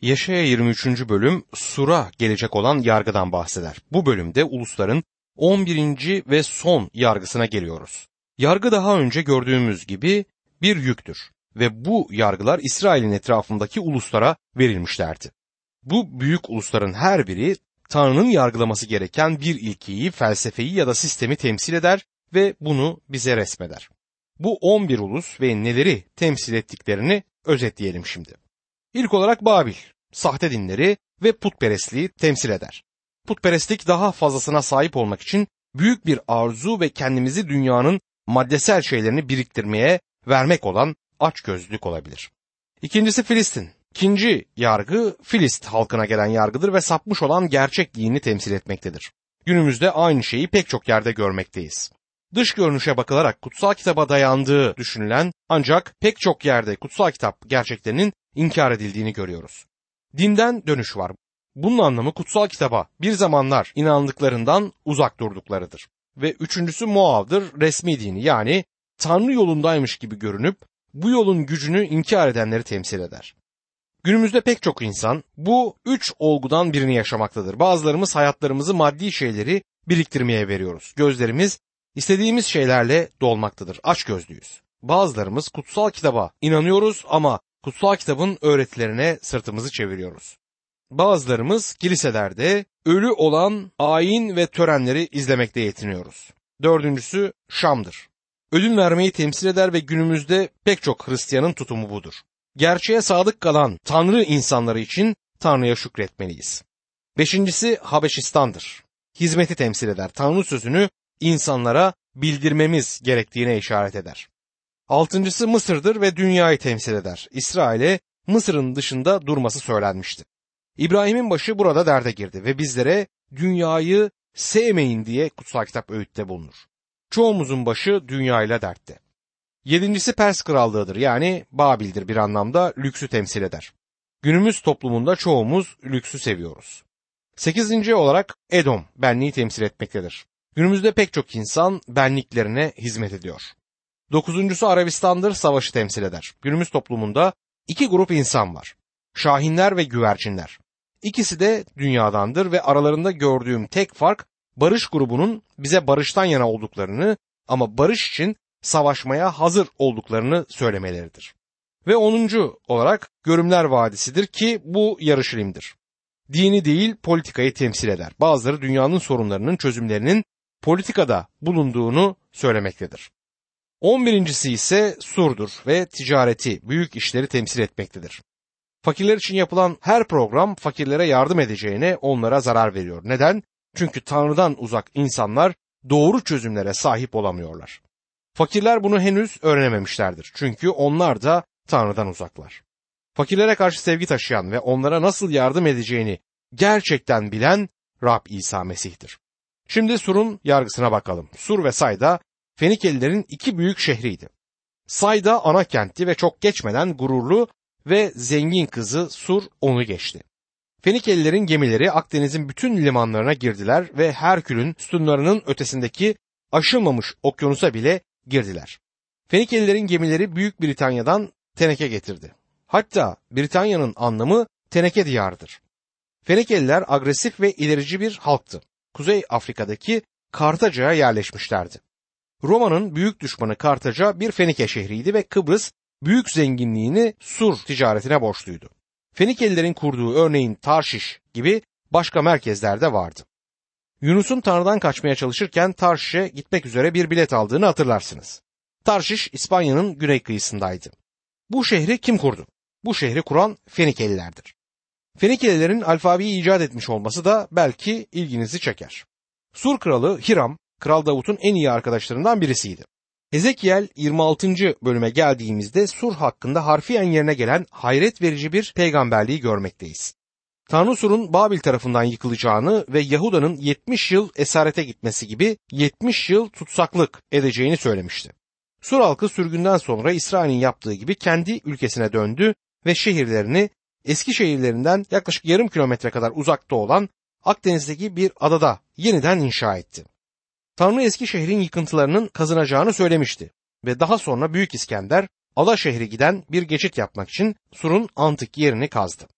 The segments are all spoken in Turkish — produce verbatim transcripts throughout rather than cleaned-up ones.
Yeşaya yirmi üçüncü bölüm Sur'a gelecek olan yargıdan bahseder. Bu bölümde ulusların on birinci ve son yargısına geliyoruz. Yargı daha önce gördüğümüz gibi bir yüktür ve bu yargılar İsrail'in etrafındaki uluslara verilmişlerdi. Bu büyük ulusların her biri Tanrı'nın yargılaması gereken bir ilkeyi, felsefeyi ya da sistemi temsil eder ve bunu bize resmeder. Bu on bir ulus ve neleri temsil ettiklerini özetleyelim şimdi. İlk olarak Babil, sahte dinleri ve putperestliği temsil eder. Putperestlik daha fazlasına sahip olmak için büyük bir arzu ve kendimizi dünyanın maddesel şeylerini biriktirmeye vermek olan açgözlülük olabilir. İkincisi Filistin. İkinci yargı Filist halkına gelen yargıdır ve sapmış olan gerçek dini temsil etmektedir. Günümüzde aynı şeyi pek çok yerde görmekteyiz. Dış görünüşe bakılarak kutsal kitaba dayandığı düşünülen ancak pek çok yerde kutsal kitap gerçeklerinin inkar edildiğini görüyoruz. Dinden dönüş var. Bunun anlamı kutsal kitaba bir zamanlar inandıklarından uzak durduklarıdır. Ve üçüncüsü Moav'dır, resmi dini, yani Tanrı yolundaymış gibi görünüp bu yolun gücünü inkar edenleri temsil eder. Günümüzde pek çok insan bu üç olgudan birini yaşamaktadır. Bazılarımız hayatlarımızı maddi şeyleri biriktirmeye veriyoruz. Gözlerimiz istediğimiz şeylerle dolmaktadır. Açgözlüyüz. Bazılarımız kutsal kitaba inanıyoruz ama kutsal kitabın öğretilerine sırtımızı çeviriyoruz. Bazılarımız kiliselerde ölü olan ayin ve törenleri izlemekte yetiniyoruz. Dördüncüsü Şam'dır. Ödün vermeyi temsil eder ve günümüzde pek çok Hristiyanın tutumu budur. Gerçeğe sadık kalan Tanrı insanları için Tanrı'ya şükretmeliyiz. Beşincisi Habeşistan'dır. Hizmeti temsil eder. Tanrı sözünü insanlara bildirmemiz gerektiğine işaret eder. Altıncısı Mısır'dır ve dünyayı temsil eder. İsrail'e Mısır'ın dışında durması söylenmişti. İbrahim'in başı burada derde girdi ve bizlere dünyayı sevmeyin diye kutsal kitap öğütte bulunur. Çoğumuzun başı dünyayla dertte. Yedincisi Pers krallığıdır, yani Babil'dir, bir anlamda lüksü temsil eder. Günümüz toplumunda çoğumuz lüksü seviyoruz. Sekizinci olarak Edom benliği temsil etmektedir. Günümüzde pek çok insan benliklerine hizmet ediyor. Dokuzuncusu Arabistan'dır, savaşı temsil eder. Günümüz toplumunda iki grup insan var. Şahinler ve güvercinler. İkisi de dünyadandır ve aralarında gördüğüm tek fark barış grubunun bize barıştan yana olduklarını ama barış için savaşmaya hazır olduklarını söylemeleridir. Ve onuncu olarak Görümler Vadisi'dir ki bu yarış ilimdir. Dini değil politikayı temsil eder. Bazıları dünyanın sorunlarının çözümlerinin politikada bulunduğunu söylemektedir. On birincisi ise Sur'dur ve ticareti, büyük işleri temsil etmektedir. Fakirler için yapılan her program fakirlere yardım edeceğine onlara zarar veriyor. Neden? Çünkü Tanrı'dan uzak insanlar doğru çözümlere sahip olamıyorlar. Fakirler bunu henüz öğrenememişlerdir. Çünkü onlar da Tanrı'dan uzaklar. Fakirlere karşı sevgi taşıyan ve onlara nasıl yardım edeceğini gerçekten bilen Rab İsa Mesih'tir. Şimdi Sur'un yargısına bakalım. Sur ve Sayda Fenikelilerin iki büyük şehriydi. Sayda ana kentti ve çok geçmeden gururlu ve zengin kızı Sur onu geçti. Fenikelilerin gemileri Akdeniz'in bütün limanlarına girdiler ve Herkül'ün sütunlarının ötesindeki aşılmamış okyanusa bile girdiler. Fenikelilerin gemileri Büyük Britanya'dan teneke getirdi. Hatta Britanya'nın anlamı teneke diyarıdır. Fenikeliler agresif ve ilerici bir halktı. Kuzey Afrika'daki Kartaca'ya yerleşmişlerdi. Roma'nın büyük düşmanı Kartaca bir Fenike şehriydi ve Kıbrıs büyük zenginliğini Sur ticaretine borçluydu. Fenikelilerin kurduğu örneğin Tarşiş gibi başka merkezler de vardı. Yunus'un Tanrı'dan kaçmaya çalışırken Tarşiş'e gitmek üzere bir bilet aldığını hatırlarsınız. Tarşiş İspanya'nın güney kıyısındaydı. Bu şehri kim kurdu? Bu şehri kuran Fenikelilerdir. Fenikelilerin alfabeyi icat etmiş olması da belki ilginizi çeker. Sur kralı Hiram, Kral Davut'un en iyi arkadaşlarından birisiydi. Ezekiel yirmi altıncı bölüme geldiğimizde Sur hakkında harfiyen yerine gelen hayret verici bir peygamberliği görmekteyiz. Tanrı Sur'un Babil tarafından yıkılacağını ve Yahuda'nın yetmiş yıl esarete gitmesi gibi yetmiş yıl tutsaklık edeceğini söylemişti. Sur halkı sürgünden sonra İsrail'in yaptığı gibi kendi ülkesine döndü ve şehirlerini eski şehirlerinden yaklaşık yarım kilometre kadar uzakta olan Akdeniz'deki bir adada yeniden inşa etti. Tanrı eski şehrin yıkıntılarının kazınacağını söylemişti ve daha sonra Büyük İskender ada şehri giden bir geçit yapmak için Sur'un antik yerini kazdı.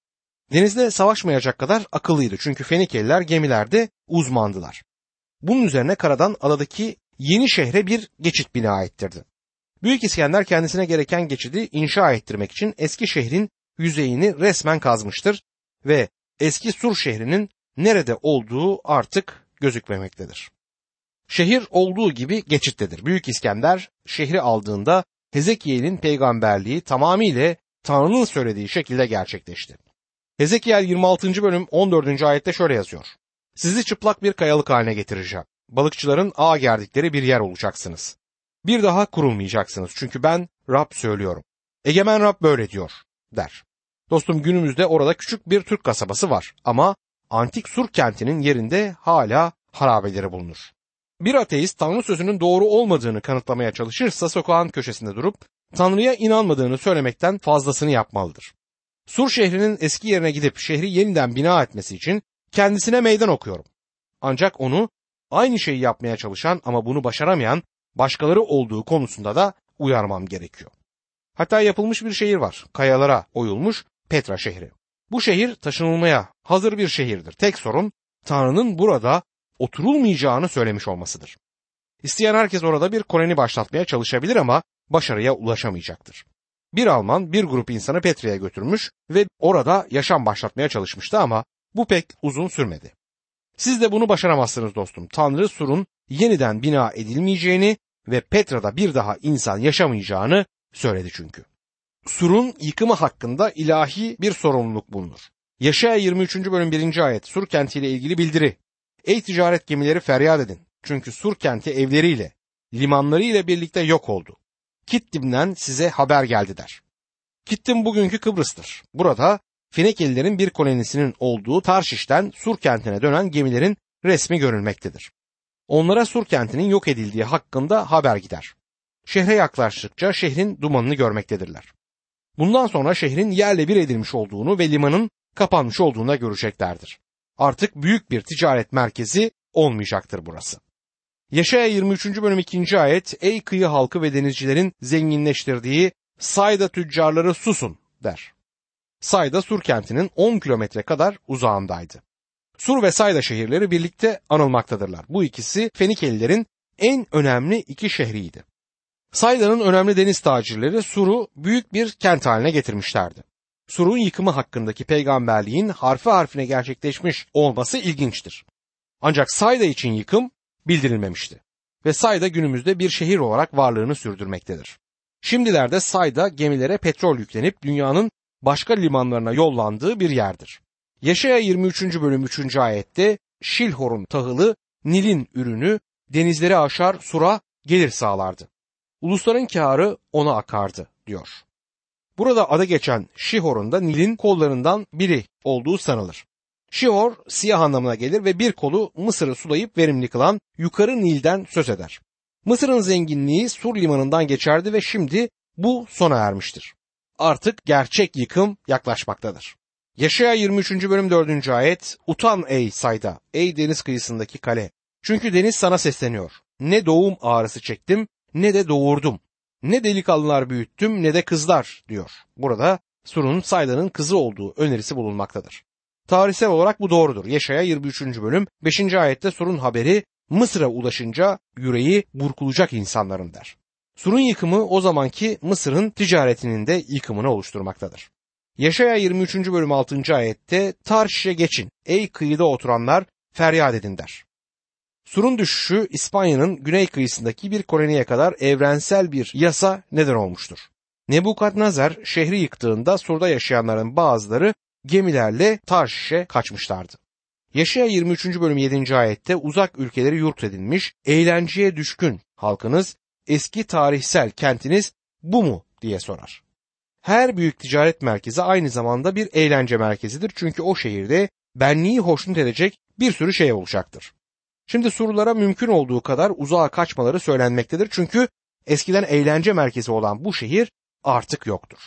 Denizde savaşmayacak kadar akıllıydı çünkü Fenikeliler gemilerde uzmandılar. Bunun üzerine karadan adadaki yeni şehre bir geçit bina ettirdi. Büyük İskender kendisine gereken geçidi inşa ettirmek için eski şehrin yüzeyini resmen kazmıştır ve eski Sur şehrinin nerede olduğu artık gözükmemektedir. Şehir olduğu gibi geçittedir. Büyük İskender şehri aldığında Hezekiel'in peygamberliği tamamıyla Tanrı'nın söylediği şekilde gerçekleşti. Hezekiel yirmi altıncı bölüm on dördüncü ayette şöyle yazıyor. Sizi çıplak bir kayalık haline getireceğim. Balıkçıların ağ gerdikleri bir yer olacaksınız. Bir daha kurulmayacaksınız çünkü ben Rab söylüyorum. Egemen Rab böyle diyor der. Dostum, günümüzde orada küçük bir Türk kasabası var ama antik Sur kentinin yerinde hala harabeleri bulunur. Bir ateist Tanrı sözünün doğru olmadığını kanıtlamaya çalışırsa sokağın köşesinde durup Tanrı'ya inanmadığını söylemekten fazlasını yapmalıdır. Sur şehrinin eski yerine gidip şehri yeniden bina etmesi için kendisine meydan okuyorum. Ancak onu aynı şeyi yapmaya çalışan ama bunu başaramayan başkaları olduğu konusunda da uyarmam gerekiyor. Hatta yapılmış bir şehir var. Kayalara oyulmuş Petra şehri. Bu şehir taşınılmaya hazır bir şehirdir. Tek sorun Tanrı'nın burada oturulmayacağını söylemiş olmasıdır. İsteyen herkes orada bir koloni başlatmaya çalışabilir ama başarıya ulaşamayacaktır. Bir Alman bir grup insanı Petra'ya götürmüş ve orada yaşam başlatmaya çalışmıştı ama bu pek uzun sürmedi. Siz de bunu başaramazsınız dostum. Tanrı Sur'un yeniden bina edilmeyeceğini ve Petra'da bir daha insan yaşamayacağını söyledi çünkü. Sur'un yıkımı hakkında ilahi bir sorumluluk bulunur. Yaşaya yirmi üçüncü bölüm birinci ayet Sur kentiyle ilgili bildiri. Ey ticaret gemileri feryat edin. Çünkü Sur kenti evleriyle, limanlarıyla birlikte yok oldu. Kittim'den size haber geldi der. Kittim bugünkü Kıbrıs'tır. Burada Fenikelilerin bir kolonisinin olduğu Tarşiş'ten Sur kentine dönen gemilerin resmi görülmektedir. Onlara Sur kentinin yok edildiği hakkında haber gider. Şehre yaklaştıkça şehrin dumanını görmektedirler. Bundan sonra şehrin yerle bir edilmiş olduğunu ve limanın kapanmış olduğunu da göreceklerdir. Artık büyük bir ticaret merkezi olmayacaktır burası. Yaşaya yirmi üçüncü bölüm ikinci ayet ey kıyı halkı ve denizcilerin zenginleştirdiği Sayda tüccarları susun der. Sayda Sur kentinin on kilometre kadar uzağındaydı. Sur ve Sayda şehirleri birlikte anılmaktadırlar. Bu ikisi Fenikelilerin en önemli iki şehriydi. Sayda'nın önemli deniz tacirleri Sur'u büyük bir kent haline getirmişlerdi. Sur'un yıkımı hakkındaki peygamberliğin harfi harfine gerçekleşmiş olması ilginçtir. Ancak Sayda için yıkım bildirilmemişti ve Sayda günümüzde bir şehir olarak varlığını sürdürmektedir. Şimdilerde Sayda gemilere petrol yüklenip dünyanın başka limanlarına yollandığı bir yerdir. Yaşaya yirmi üçüncü bölüm üçüncü ayette Şilhor'un tahılı Nil'in ürünü denizleri aşar Sur'a gelir sağlardı. Ulusların kârı ona akardı diyor. Burada adı geçen Şihor'un da Nil'in kollarından biri olduğu sanılır. Şihor siyah anlamına gelir ve bir kolu Mısır'ı sulayıp verimli kılan yukarı Nil'den söz eder. Mısır'ın zenginliği Sur limanından geçerdi ve şimdi bu sona ermiştir. Artık gerçek yıkım yaklaşmaktadır. Yaşaya yirmi üçüncü bölüm dördüncü ayet utan ey Sayda, ey deniz kıyısındaki kale. Çünkü deniz sana sesleniyor. Ne doğum ağrısı çektim ne de doğurdum. Ne delikanlılar büyüttüm ne de kızlar diyor. Burada Sur'un Sayda'nın kızı olduğu önerisi bulunmaktadır. Tarihsel olarak bu doğrudur. Yaşaya yirmi üçüncü bölüm beşinci ayette Sur'un haberi Mısır'a ulaşınca yüreği burkulacak insanların der. Sur'un yıkımı o zamanki Mısır'ın ticaretinin de yıkımını oluşturmaktadır. Yaşaya yirmi üçüncü bölüm altıncı ayette Tarşiş'e geçin ey kıyıda oturanlar feryat edin der. Sur'un düşüşü İspanya'nın güney kıyısındaki bir koloniye kadar evrensel bir yasa neden olmuştur. Nebukadnezar şehri yıktığında Sur'da yaşayanların bazıları gemilerle Tarşiş'e kaçmışlardı. Yaşaya yirmi üçüncü bölüm yedinci ayette uzak ülkeleri yurt edinmiş, eğlenceye düşkün halkınız, eski tarihsel kentiniz bu mu diye sorar. Her büyük ticaret merkezi aynı zamanda bir eğlence merkezidir çünkü o şehirde benliği hoşnut edecek bir sürü şey olacaktır. Şimdi Surlulara mümkün olduğu kadar uzağa kaçmaları söylenmektedir çünkü eskiden eğlence merkezi olan bu şehir artık yoktur.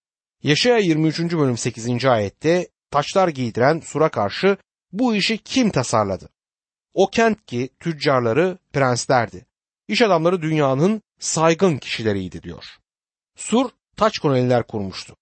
Yaşaya yirmi üçüncü bölüm sekizinci ayette taçlar giydiren Sur'a karşı bu işi kim tasarladı? O kent ki tüccarları prenslerdi. İş adamları dünyanın saygın kişileriydi diyor. Sur taç koloniler kurmuştu.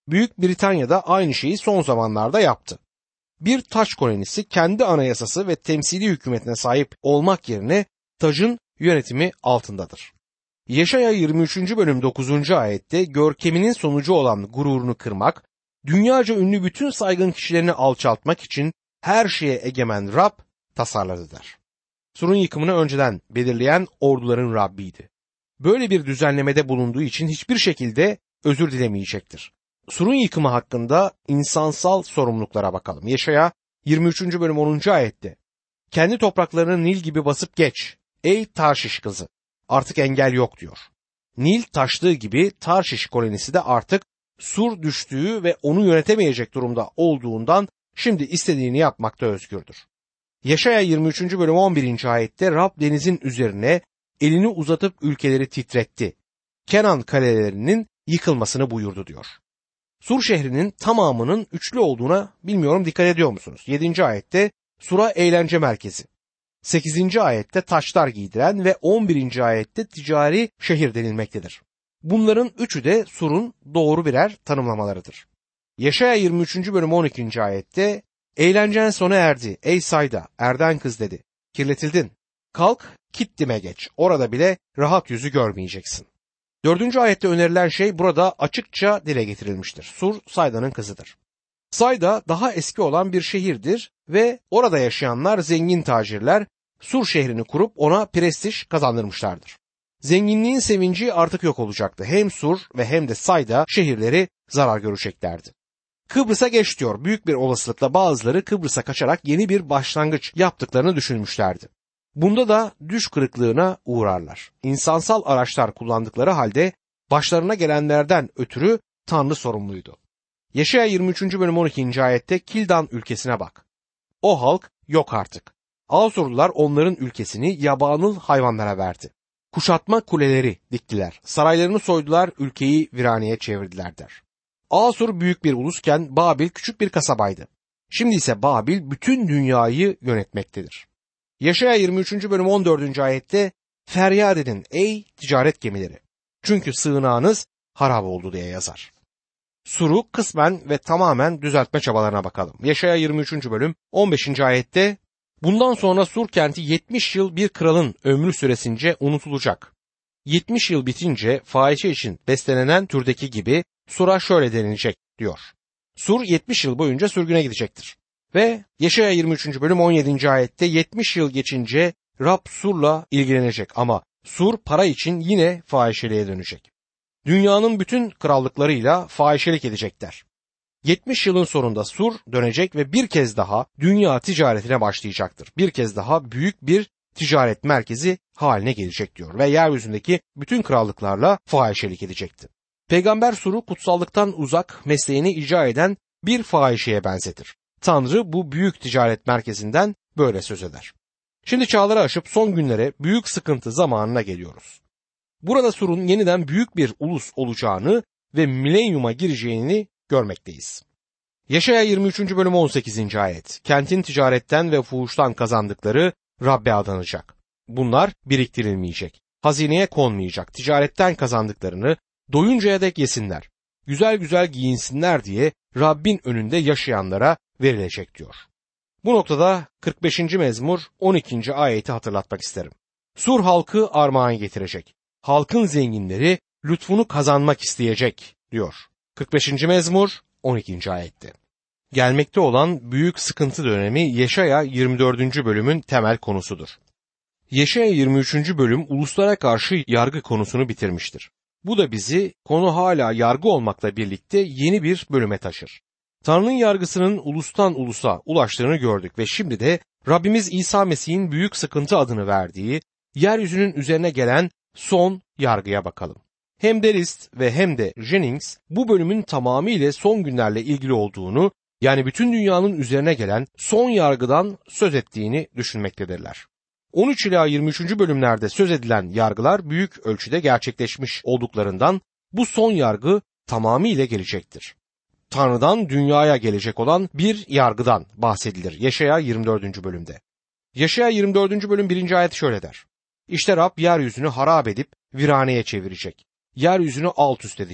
Büyük Britanya'da aynı şeyi son zamanlarda yaptı. Bir taç kolonisi kendi anayasası ve temsili hükümetine sahip olmak yerine tacın yönetimi altındadır. Yeşaya yirmi üçüncü bölüm dokuzuncu ayette görkeminin sonucu olan gururunu kırmak, dünyaca ünlü bütün saygın kişilerini alçaltmak için her şeye egemen Rab tasarladı der. Sur'un yıkımını önceden belirleyen orduların Rabbiydi. Böyle bir düzenlemede bulunduğu için hiçbir şekilde özür dilemeyecektir. Sur'un yıkımı hakkında insansal sorumluluklara bakalım. Yeşaya yirmi üçüncü bölüm onuncu ayette kendi topraklarını Nil gibi basıp geç ey Tarşiş kızı, artık engel yok diyor. Nil taştığı gibi Tarşiş kolonisi de artık Sur düştüğü ve onu yönetemeyecek durumda olduğundan şimdi istediğini yapmakta özgürdür. Yeşaya yirmi üçüncü bölüm on birinci ayette Rab denizin üzerine elini uzatıp ülkeleri titretti. Kenan kalelerinin yıkılmasını buyurdu diyor. Sur şehrinin tamamının üçlü olduğuna bilmiyorum dikkat ediyor musunuz? yedinci ayette Sur'a eğlence merkezi, sekizinci ayette taşlar giydiren ve on birinci ayette ticari şehir denilmektedir. Bunların üçü de Sur'un doğru birer tanımlamalarıdır. Yeşaya yirmi üçüncü bölüm on ikinci ayette eğlencen sona erdi ey Sayda, erden kız dedi, kirletildin. Kalk Kittim'e geç, orada bile rahat yüzü görmeyeceksin. Dördüncü ayette önerilen şey burada açıkça dile getirilmiştir. Sur, Sayda'nın kızıdır. Sayda daha eski olan bir şehirdir ve orada yaşayanlar zengin tacirler Sur şehrini kurup ona prestij kazandırmışlardır. Zenginliğin sevinci artık yok olacaktı. Hem Sur ve hem de Sayda şehirleri zarar göreceklerdi. Kıbrıs'a geç diyor. Büyük bir olasılıkla bazıları Kıbrıs'a kaçarak yeni bir başlangıç yaptıklarını düşünmüşlerdi. Bunda da düş kırıklığına uğrarlar. İnsansal araçlar kullandıkları halde başlarına gelenlerden ötürü Tanrı sorumluydu. Yeşaya yirmi üçüncü bölüm on ikinci ayette Kildan ülkesine bak. O halk yok artık. Asurlular onların ülkesini yabanıl hayvanlara verdi. Kuşatma kuleleri diktiler. Saraylarını soydular, ülkeyi viraneye çevirdiler der. Asur büyük bir ulusken Babil küçük bir kasabaydı. Şimdi ise Babil bütün dünyayı yönetmektedir. Yeşaya yirmi üçüncü bölüm on dördüncü ayette feryat edin ey ticaret gemileri. Çünkü sığınağınız harap oldu diye yazar. Sur'u kısmen ve tamamen düzeltme çabalarına bakalım. Yeşaya yirmi üçüncü bölüm on beşinci ayette bundan sonra Sur kenti yetmiş yıl bir kralın ömrü süresince unutulacak. yetmiş yıl bitince fahişe için beslenen türdeki gibi Sur'a şöyle denilecek diyor. Sur yetmiş yıl boyunca sürgüne gidecektir. Ve Yeşaya yirmi üçüncü bölüm on yedinci ayette yetmiş yıl geçince Rab Sur'la ilgilenecek ama Sur para için yine fahişeliğe dönecek. Dünyanın bütün krallıklarıyla fahişelik edecekler. yetmiş yılın sonunda Sur dönecek ve bir kez daha dünya ticaretine başlayacaktır. Bir kez daha büyük bir ticaret merkezi haline gelecek diyor ve yeryüzündeki bütün krallıklarla fahişelik edecekti. Peygamber Sur'u kutsallıktan uzak mesleğini icra eden bir fahişeye benzetir. Tanrı bu büyük ticaret merkezinden böyle söz eder. Şimdi çağları aşıp son günlere büyük sıkıntı zamanına geliyoruz. Burada Sur'un yeniden büyük bir ulus olacağını ve milenyuma gireceğini görmekteyiz. Yeşaya yirmi üçüncü bölüm on sekizinci ayet. Kentin ticaretten ve fuhuştan kazandıkları Rabbe adanacak. Bunlar biriktirilmeyecek. Hazineye konmayacak. Ticaretten kazandıklarını doyuncaya dek yesinler. Güzel güzel giyinsinler diye Rabbin önünde yaşayanlara verilecek diyor. Bu noktada kırk beşinci mezmur on ikinci ayeti hatırlatmak isterim. Sur halkı armağan getirecek. Halkın zenginleri lütfunu kazanmak isteyecek diyor. kırk beşinci mezmur on ikinci ayette. Gelmekte olan büyük sıkıntı dönemi Yeşaya yirmi dördüncü bölümün temel konusudur. Yeşaya yirmi üçüncü bölüm uluslara karşı yargı konusunu bitirmiştir. Bu da bizi konu hala yargı olmakla birlikte yeni bir bölüme taşır. Tanrı'nın yargısının ulustan ulusa ulaştığını gördük ve şimdi de Rabbimiz İsa Mesih'in büyük sıkıntı adını verdiği yeryüzünün üzerine gelen son yargıya bakalım. Hem Derist ve hem de Jennings bu bölümün tamamıyla son günlerle ilgili olduğunu, yani bütün dünyanın üzerine gelen son yargıdan söz ettiğini düşünmektedirler. on üç ila yirmi üçüncü bölümlerde söz edilen yargılar büyük ölçüde gerçekleşmiş olduklarından bu son yargı tamamıyla gelecektir. Tanrı'dan dünyaya gelecek olan bir yargıdan bahsedilir Yeşaya yirmi dördüncü bölümde. Yeşaya yirmi dördüncü bölüm birinci ayet şöyle der. İşte Rab yeryüzünü harap edip viraneye çevirecek. Yeryüzünü alt üst edecek.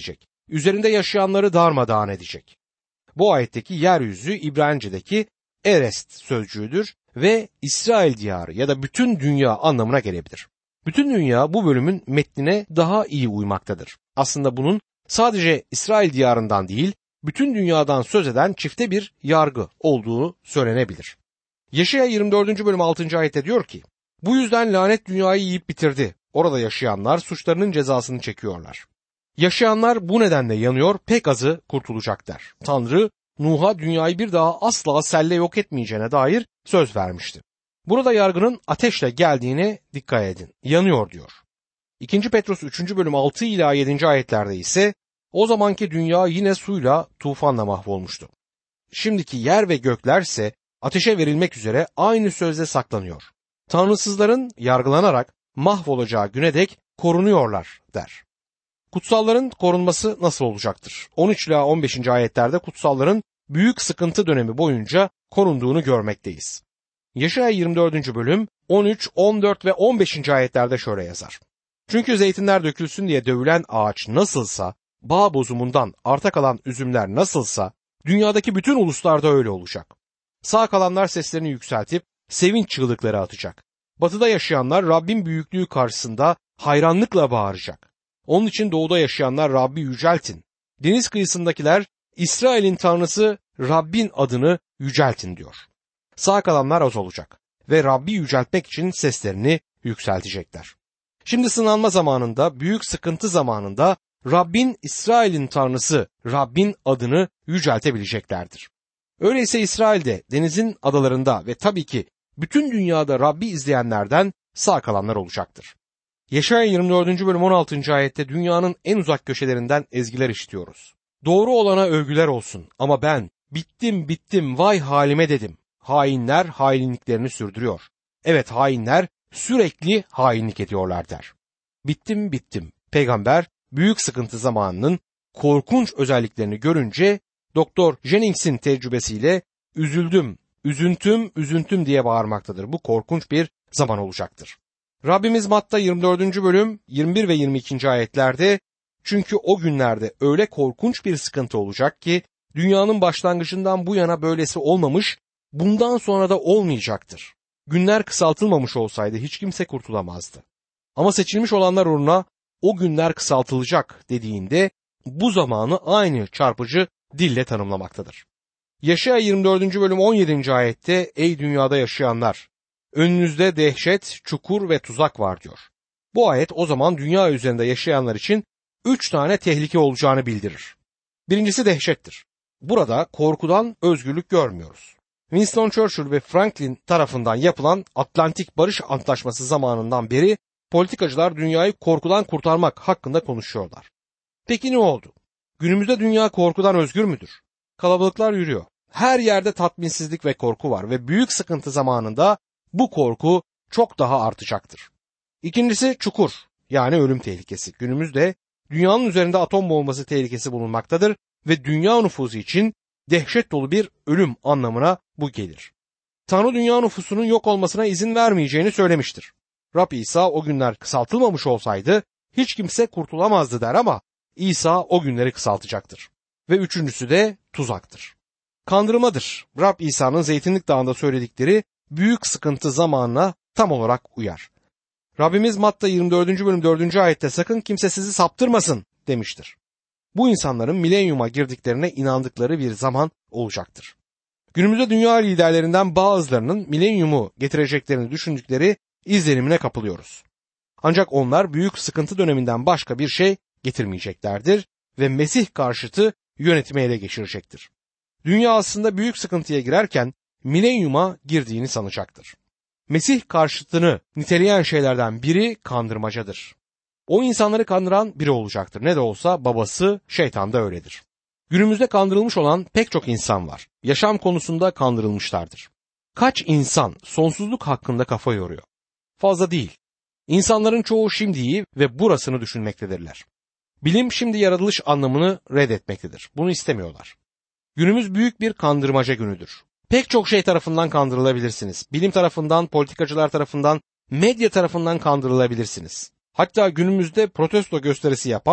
üzerinde yaşayanları darmadağın edecek. Bu ayetteki yeryüzü İbranice'deki Erest sözcüğüdür ve İsrail diyarı ya da bütün dünya anlamına gelebilir. Bütün dünya bu bölümün metnine daha iyi uymaktadır. Aslında bunun sadece İsrail diyarından değil, bütün dünyadan söz eden çifte bir yargı olduğu söylenebilir. Yeşaya yirmi dördüncü bölüm altıncı ayette diyor ki, bu yüzden lanet dünyayı yiyip bitirdi. Orada yaşayanlar suçlarının cezasını çekiyorlar. Yaşayanlar bu nedenle yanıyor, pek azı kurtulacak der. Tanrı, Nuh'a dünyayı bir daha asla selle yok etmeyeceğine dair söz vermişti. Burada yargının ateşle geldiğine dikkat edin. Yanıyor diyor. İkinci Petrus üçüncü bölüm altı ila yedinci ayetlerde ise o zamanki dünya yine suyla, tufanla mahvolmuştu. Şimdiki yer ve gökler ise ateşe verilmek üzere aynı sözde saklanıyor. Tanrısızların yargılanarak mahvolacağı güne dek korunuyorlar der. Kutsalların korunması nasıl olacaktır? on üç ila on beşinci ayetlerde kutsalların büyük sıkıntı dönemi boyunca korunduğunu görmekteyiz. Yeşaya yirmi dördüncü bölüm on üç, on dört ve on beşinci ayetlerde şöyle yazar. Çünkü zeytinler dökülsün diye dövülen ağaç nasılsa, bağ bozumundan arta kalan üzümler nasılsa, dünyadaki bütün uluslarda öyle olacak. Sağ kalanlar seslerini yükseltip sevinç çığlıkları atacak. Batıda yaşayanlar Rabbin büyüklüğü karşısında hayranlıkla bağıracak. Onun için doğuda yaşayanlar Rabbi yüceltin. Deniz kıyısındakiler İsrail'in Tanrısı Rabbin adını yüceltin diyor. Sağ kalanlar az olacak ve Rabbi yüceltmek için seslerini yükseltecekler. Şimdi sınanma zamanında, büyük sıkıntı zamanında Rabbin İsrail'in Tanrısı Rabbin adını yüceltebileceklerdir. Öyleyse İsrail'de, denizin adalarında ve tabii ki bütün dünyada Rabbi izleyenlerden sağ kalanlar olacaktır. Yeşaya yirmi dördüncü bölüm on altıncı ayette dünyanın en uzak köşelerinden ezgiler işitiyoruz. Doğru olana övgüler olsun ama ben bittim bittim vay halime dedim. Hainler hainliklerini sürdürüyor. Evet, hainler sürekli hainlik ediyorlar der. Bittim bittim. Peygamber büyük sıkıntı zamanının korkunç özelliklerini görünce Doktor Jennings'in tecrübesiyle üzüldüm, üzüntüm, üzüntüm diye bağırmaktadır. Bu korkunç bir zaman olacaktır. Rabbimiz Matta yirmi dördüncü bölüm yirmi bir ve yirmi ikinci ayetlerde çünkü o günlerde öyle korkunç bir sıkıntı olacak ki dünyanın başlangıcından bu yana böylesi olmamış, bundan sonra da olmayacaktır. Günler kısaltılmamış olsaydı hiç kimse kurtulamazdı. Ama seçilmiş olanlar uğruna o günler kısaltılacak dediğinde bu zamanı aynı çarpıcı dille tanımlamaktadır. Yeşaya yirmi dördüncü bölüm on yedinci ayette ey dünyada yaşayanlar, önünüzde dehşet, çukur ve tuzak var diyor. Bu ayet o zaman dünya üzerinde yaşayanlar için üç tane tehlike olacağını bildirir. Birincisi dehşettir. Burada korkudan özgürlük görmüyoruz. Winston Churchill ve Franklin tarafından yapılan Atlantik Barış Antlaşması zamanından beri politikacılar dünyayı korkudan kurtarmak hakkında konuşuyorlar. Peki ne oldu? Günümüzde dünya korkudan özgür müdür? Kalabalıklar yürüyor. Her yerde tatminsizlik ve korku var ve büyük sıkıntı zamanında bu korku çok daha artacaktır. İkincisi çukur, yani ölüm tehlikesi. Günümüzde dünyanın üzerinde atom bombası tehlikesi bulunmaktadır ve dünya nüfusu için dehşet dolu bir ölüm anlamına bu gelir. Tanrı dünya nüfusunun yok olmasına izin vermeyeceğini söylemiştir. Rab İsa o günler kısaltılmamış olsaydı hiç kimse kurtulamazdı der ama İsa o günleri kısaltacaktır. Ve üçüncüsü de tuzaktır. Kandırmadır. Rab İsa'nın Zeytinlik Dağı'nda söyledikleri büyük sıkıntı zamanına tam olarak uyar. Rabbimiz Matta yirmi dördüncü bölüm dördüncü ayette sakın kimse sizi saptırmasın demiştir. Bu insanların milenyuma girdiklerine inandıkları bir zaman olacaktır. Günümüzde dünya liderlerinden bazılarının milenyumu getireceklerini düşündükleri izlenimine kapılıyoruz. Ancak onlar büyük sıkıntı döneminden başka bir şey getirmeyeceklerdir ve Mesih karşıtı yönetimi ele geçirecektir. Dünya aslında büyük sıkıntıya girerken milenyuma girdiğini sanacaktır. Mesih karşıtını niteleyen şeylerden biri kandırmacadır. O insanları kandıran biri olacaktır. Ne de olsa babası şeytan da öyledir. Günümüzde kandırılmış olan pek çok insan var. Yaşam konusunda kandırılmışlardır. Kaç insan sonsuzluk hakkında kafa yoruyor? Fazla değil. İnsanların çoğu şimdiyi ve burasını düşünmektedirler. Bilim şimdi yaratılış anlamını reddetmektedir. Bunu istemiyorlar. Günümüz büyük bir kandırmaca günüdür. Pek çok şey tarafından kandırılabilirsiniz. Bilim tarafından, politikacılar tarafından, medya tarafından kandırılabilirsiniz. Hatta günümüzde protesto gösterisi yapan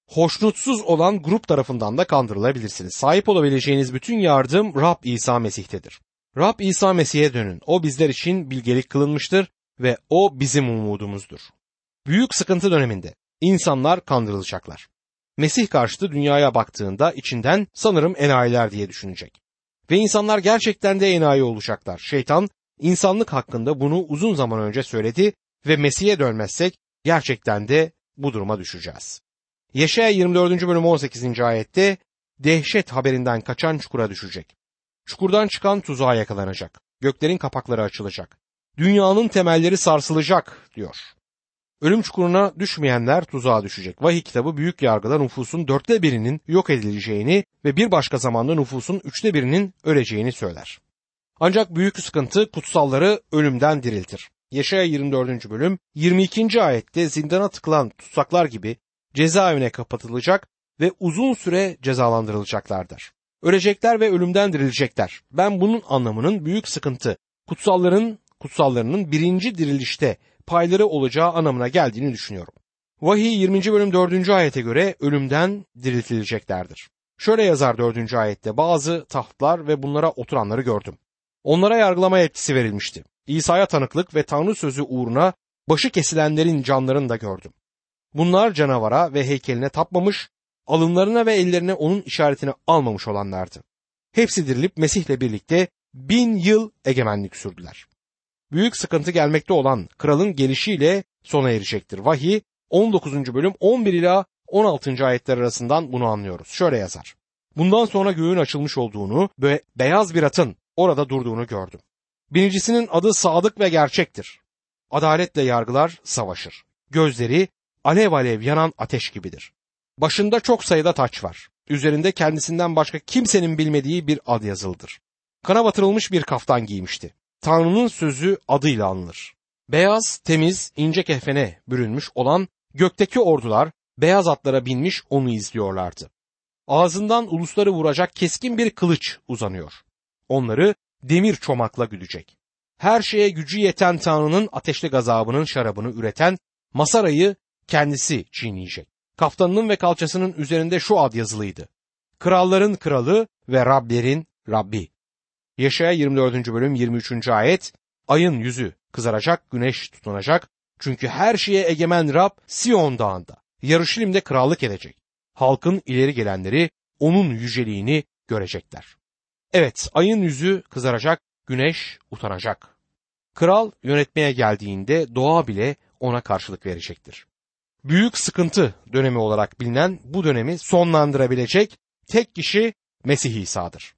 hoşnutsuz olan grup tarafından da kandırılabilirsiniz. Sahip olabileceğiniz bütün yardım Rab İsa Mesih'tedir. Rab İsa Mesih'e dönün. O bizler için bilgelik kılınmıştır ve o bizim umudumuzdur. Büyük sıkıntı döneminde insanlar kandırılacaklar. Mesih karşıtı dünyaya baktığında içinden sanırım enayiler diye düşünecek. Ve insanlar gerçekten de enayi olacaklar. Şeytan insanlık hakkında bunu uzun zaman önce söyledi ve Mesih'e dönmezsek gerçekten de bu duruma düşeceğiz. Yeşaya yirmi dördüncü bölüm on sekizinci ayette dehşet haberinden kaçan çukura düşecek. Çukurdan çıkan tuzağa yakalanacak. Göklerin kapakları açılacak. Dünyanın temelleri sarsılacak diyor. Ölüm çukuruna düşmeyenler tuzağa düşecek. Vahiy kitabı büyük yargıda nüfusun dörtte birinin yok edileceğini ve bir başka zamanda nüfusun üçte birinin öleceğini söyler. Ancak büyük sıkıntı kutsalları ölümden diriltir. Yeşaya yirmi dördüncü bölüm yirmi ikinci ayette zindana tıkılan tutsaklar gibi cezaevine kapatılacak ve uzun süre cezalandırılacaklardır. Ölecekler ve ölümden dirilecekler. Ben bunun anlamının büyük sıkıntı, kutsalların kutsallarının birinci dirilişte payları olacağı anlamına geldiğini düşünüyorum. Vahiy yirminci bölüm dördüncü ayete göre ölümden diriltileceklerdir. Şöyle yazar dördüncü ayette, bazı tahtlar ve bunlara oturanları gördüm. Onlara yargılama yetkisi verilmişti. İsa'ya tanıklık ve Tanrı sözü uğruna başı kesilenlerin canlarını da gördüm. Bunlar canavara ve heykeline tapmamış, alınlarına ve ellerine onun işaretini almamış olanlardı. Hepsi dirilip Mesih'le birlikte bin yıl egemenlik sürdüler. Büyük sıkıntı gelmekte olan kralın gelişiyle sona erecektir. Vahiy on dokuzuncu bölüm on bir ila on altıncı ayetler arasından bunu anlıyoruz. Şöyle yazar. Bundan sonra göğün açılmış olduğunu ve beyaz bir atın orada durduğunu gördüm. Birincisinin adı sadık ve gerçektir. Adaletle yargılar, savaşır. Gözleri alev alev yanan ateş gibidir. Başında çok sayıda taç var. Üzerinde kendisinden başka kimsenin bilmediği bir ad yazılıdır. Kana batırılmış bir kaftan giymişti. Tanrı'nın sözü adıyla anılır. Beyaz, temiz, ince kefene bürünmüş olan gökteki ordular beyaz atlara binmiş onu izliyorlardı. Ağzından ulusları vuracak keskin bir kılıç uzanıyor. Onları demir çomakla güdecek. Her şeye gücü yeten Tanrı'nın ateşli gazabının şarabını üreten Masara'yı kendisi çiğneyecek. Kaftanının ve kalçasının üzerinde şu ad yazılıydı: Kralların kralı ve Rablerin Rabbi. Yeşaya yirmi dördüncü bölüm yirmi üçüncü ayet, ayın yüzü kızaracak, güneş tutunacak. Çünkü her şeye egemen Rab Siyon dağında, Yarışilim'de krallık edecek. Halkın ileri gelenleri onun yüceliğini görecekler. Evet, ayın yüzü kızaracak, güneş utanacak. Kral yönetmeye geldiğinde doğa bile ona karşılık verecektir. Büyük sıkıntı dönemi olarak bilinen bu dönemi sonlandırabilecek tek kişi Mesih İsa'dır.